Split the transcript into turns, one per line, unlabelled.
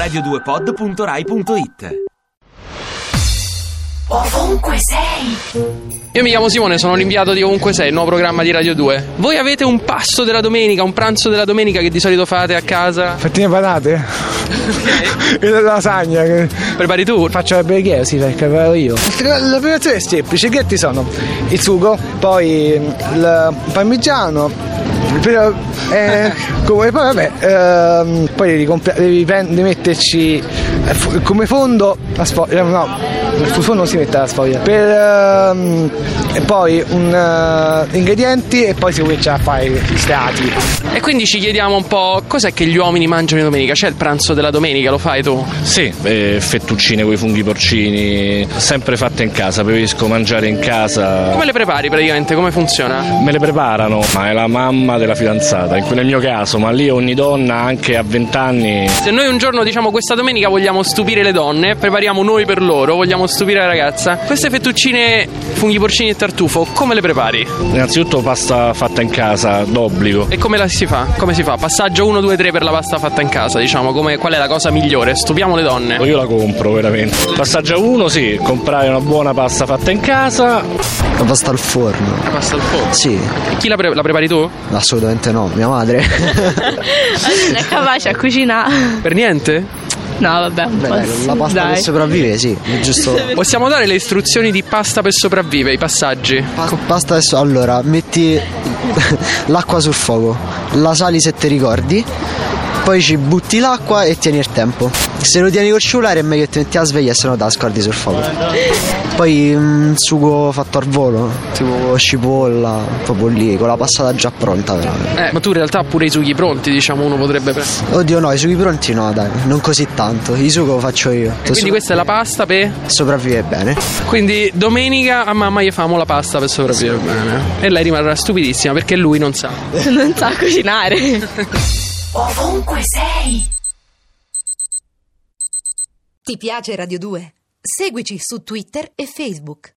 radio2pod.rai.it.
Ovunque sei.
Io mi chiamo Simone, sono l'inviato di Ovunque Sei, il nuovo programma di Radio 2. Voi avete un pasto della domenica, un pranzo della domenica che di solito fate a casa?
Fettine patate? E la lasagna che
Prepari tu?
faccio la preghiera, sì, perché preparo io. La preparazione è semplice, i piatti sono il sugo, poi il parmigiano, poi vabbè, poi devi metterci come fondo la sfoglia, no, sul fondo non si mette la sfoglia, e poi ingredienti, e poi si comincia a fare gli strati.
E quindi ci chiediamo un po' cos'è che gli uomini mangiano di domenica? C'è il pranzo della domenica, lo fai tu?
Sì, fettuccine con i funghi porcini, sempre fatte in casa, preferisco mangiare in casa.
Come le prepari praticamente? Come funziona?
Me le preparano, ma è la mamma della fidanzata, nel mio caso, ma lì ogni donna anche a 20 anni.
Se noi un giorno diciamo questa domenica vogliamo stupire le donne, prepariamo noi per loro, vogliamo stupire la ragazza, queste fettuccine, funghi porcini e tartufo, come le prepari?
Innanzitutto pasta fatta in casa, d'obbligo.
E come la si fa? Come si fa? Passaggio 1, 2, 3 per la pasta fatta in casa, diciamo, qual è la cosa migliore? Stupiamo le donne.
Io la compro veramente. Passaggio 1, sì, comprare una buona pasta fatta in casa.
La pasta al forno.
La pasta al forno?
Sì.
E chi la prepari tu?
Assolutamente no, mia madre.
Non è capace a cucinare.
Per niente?
No, vabbè, un po'
La pasta
dai.
per sopravvivere, sì, è giusto.
Possiamo dare le istruzioni di pasta per sopravvivere, i passaggi?
Pasta adesso, allora, metti l'acqua sul fuoco, la sali se ti ricordi, poi ci butti l'acqua e tieni il tempo. Se lo tieni col cellulare è meglio che ti metti a sveglia, se no te la scordi sul fuoco. Poi un sugo fatto al volo, tipo cipolla, proprio lì, con la passata già pronta veramente.
Ma tu in realtà pure i sughi pronti, diciamo, uno potrebbe prendere.
Oddio no, i sughi pronti no, dai, non così tanto, il sugo lo faccio io.
Quindi questa è la pasta per
sopravvive bene.
Quindi domenica a mamma gli famo la pasta per sopravvivere bene. E lei rimarrà stupidissima perché lui non sa.
Non sa cucinare.
Ovunque sei.
Ti piace Radio 2? Seguici su Twitter e Facebook.